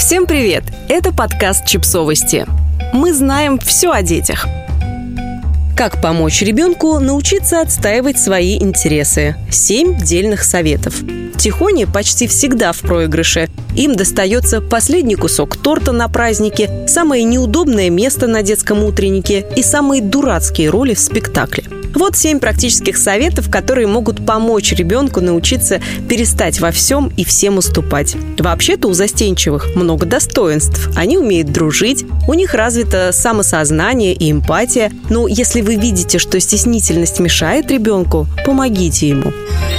Всем привет! Это подкаст «Чипсовости». Мы знаем все о детях. Как помочь ребенку научиться отстаивать свои интересы? 7 дельных советов. Тихони почти всегда в проигрыше. Им достается последний кусок торта на празднике, самое неудобное место на детском утреннике и самые дурацкие роли в спектакле. Вот 7 практических советов, которые могут помочь ребенку научиться перестать во всем и всем уступать. Вообще-то у застенчивых много достоинств. Они умеют дружить, у них развито самосознание и эмпатия. Но если вы видите, что стеснительность мешает ребенку, помогите ему.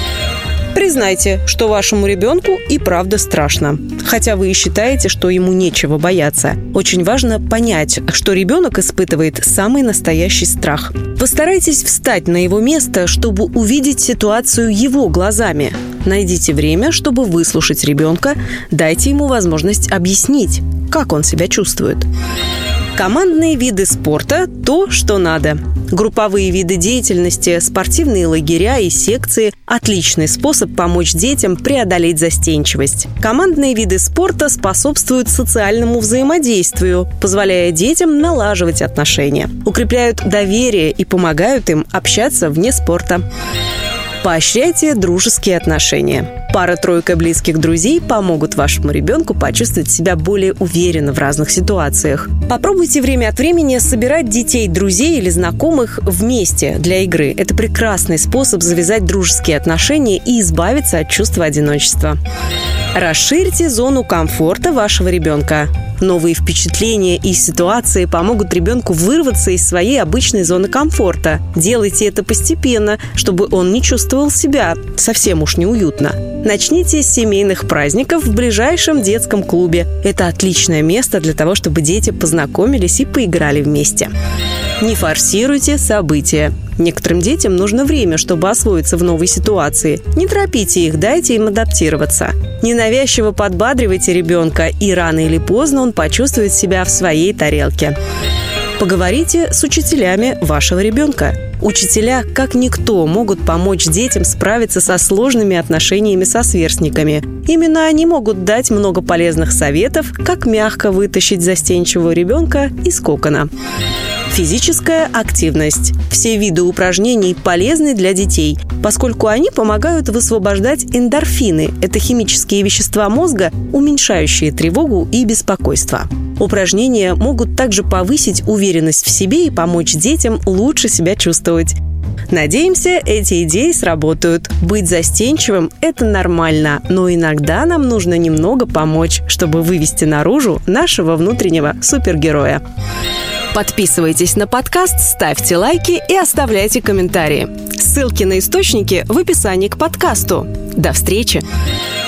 Признайте, что вашему ребенку и правда страшно. Хотя вы и считаете, что ему нечего бояться. Очень важно понять, что ребенок испытывает самый настоящий страх. Постарайтесь встать на его место, чтобы увидеть ситуацию его глазами. Найдите время, чтобы выслушать ребенка, дайте ему возможность объяснить, как он себя чувствует. Командные виды спорта – то, что надо. Групповые виды деятельности, спортивные лагеря и секции – отличный способ помочь детям преодолеть застенчивость. Командные виды спорта способствуют социальному взаимодействию, позволяя детям налаживать отношения, укрепляют доверие и помогают им общаться вне спорта. Поощряйте дружеские отношения. Пара-тройка близких друзей помогут вашему ребенку почувствовать себя более уверенно в разных ситуациях. Попробуйте время от времени собирать детей, друзей или знакомых вместе для игры. Это прекрасный способ завязать дружеские отношения и избавиться от чувства одиночества. Расширьте зону комфорта вашего ребенка. Новые впечатления и ситуации помогут ребенку вырваться из своей обычной зоны комфорта. Делайте это постепенно, чтобы он не чувствовал себя совсем уж неуютно. Начните с семейных праздников в ближайшем детском клубе. Это отличное место для того, чтобы дети познакомились и поиграли вместе. Не форсируйте события. Некоторым детям нужно время, чтобы освоиться в новой ситуации. Не торопите их, дайте им адаптироваться. Ненавязчиво подбадривайте ребенка, и рано или поздно он почувствует себя в своей тарелке. Поговорите с учителями вашего ребенка. Учителя, как никто, могут помочь детям справиться со сложными отношениями со сверстниками. Именно они могут дать много полезных советов, как мягко вытащить застенчивого ребенка из кокона. Физическая активность. Все виды упражнений полезны для детей, поскольку они помогают высвобождать эндорфины. Это химические вещества мозга, уменьшающие тревогу и беспокойство. Упражнения могут также повысить уверенность в себе и помочь детям лучше себя чувствовать. Надеемся, эти идеи сработают. Быть застенчивым – это нормально, но иногда нам нужно немного помочь, чтобы вывести наружу нашего внутреннего супергероя. Подписывайтесь на подкаст, ставьте лайки и оставляйте комментарии. Ссылки на источники в описании к подкасту. До встречи!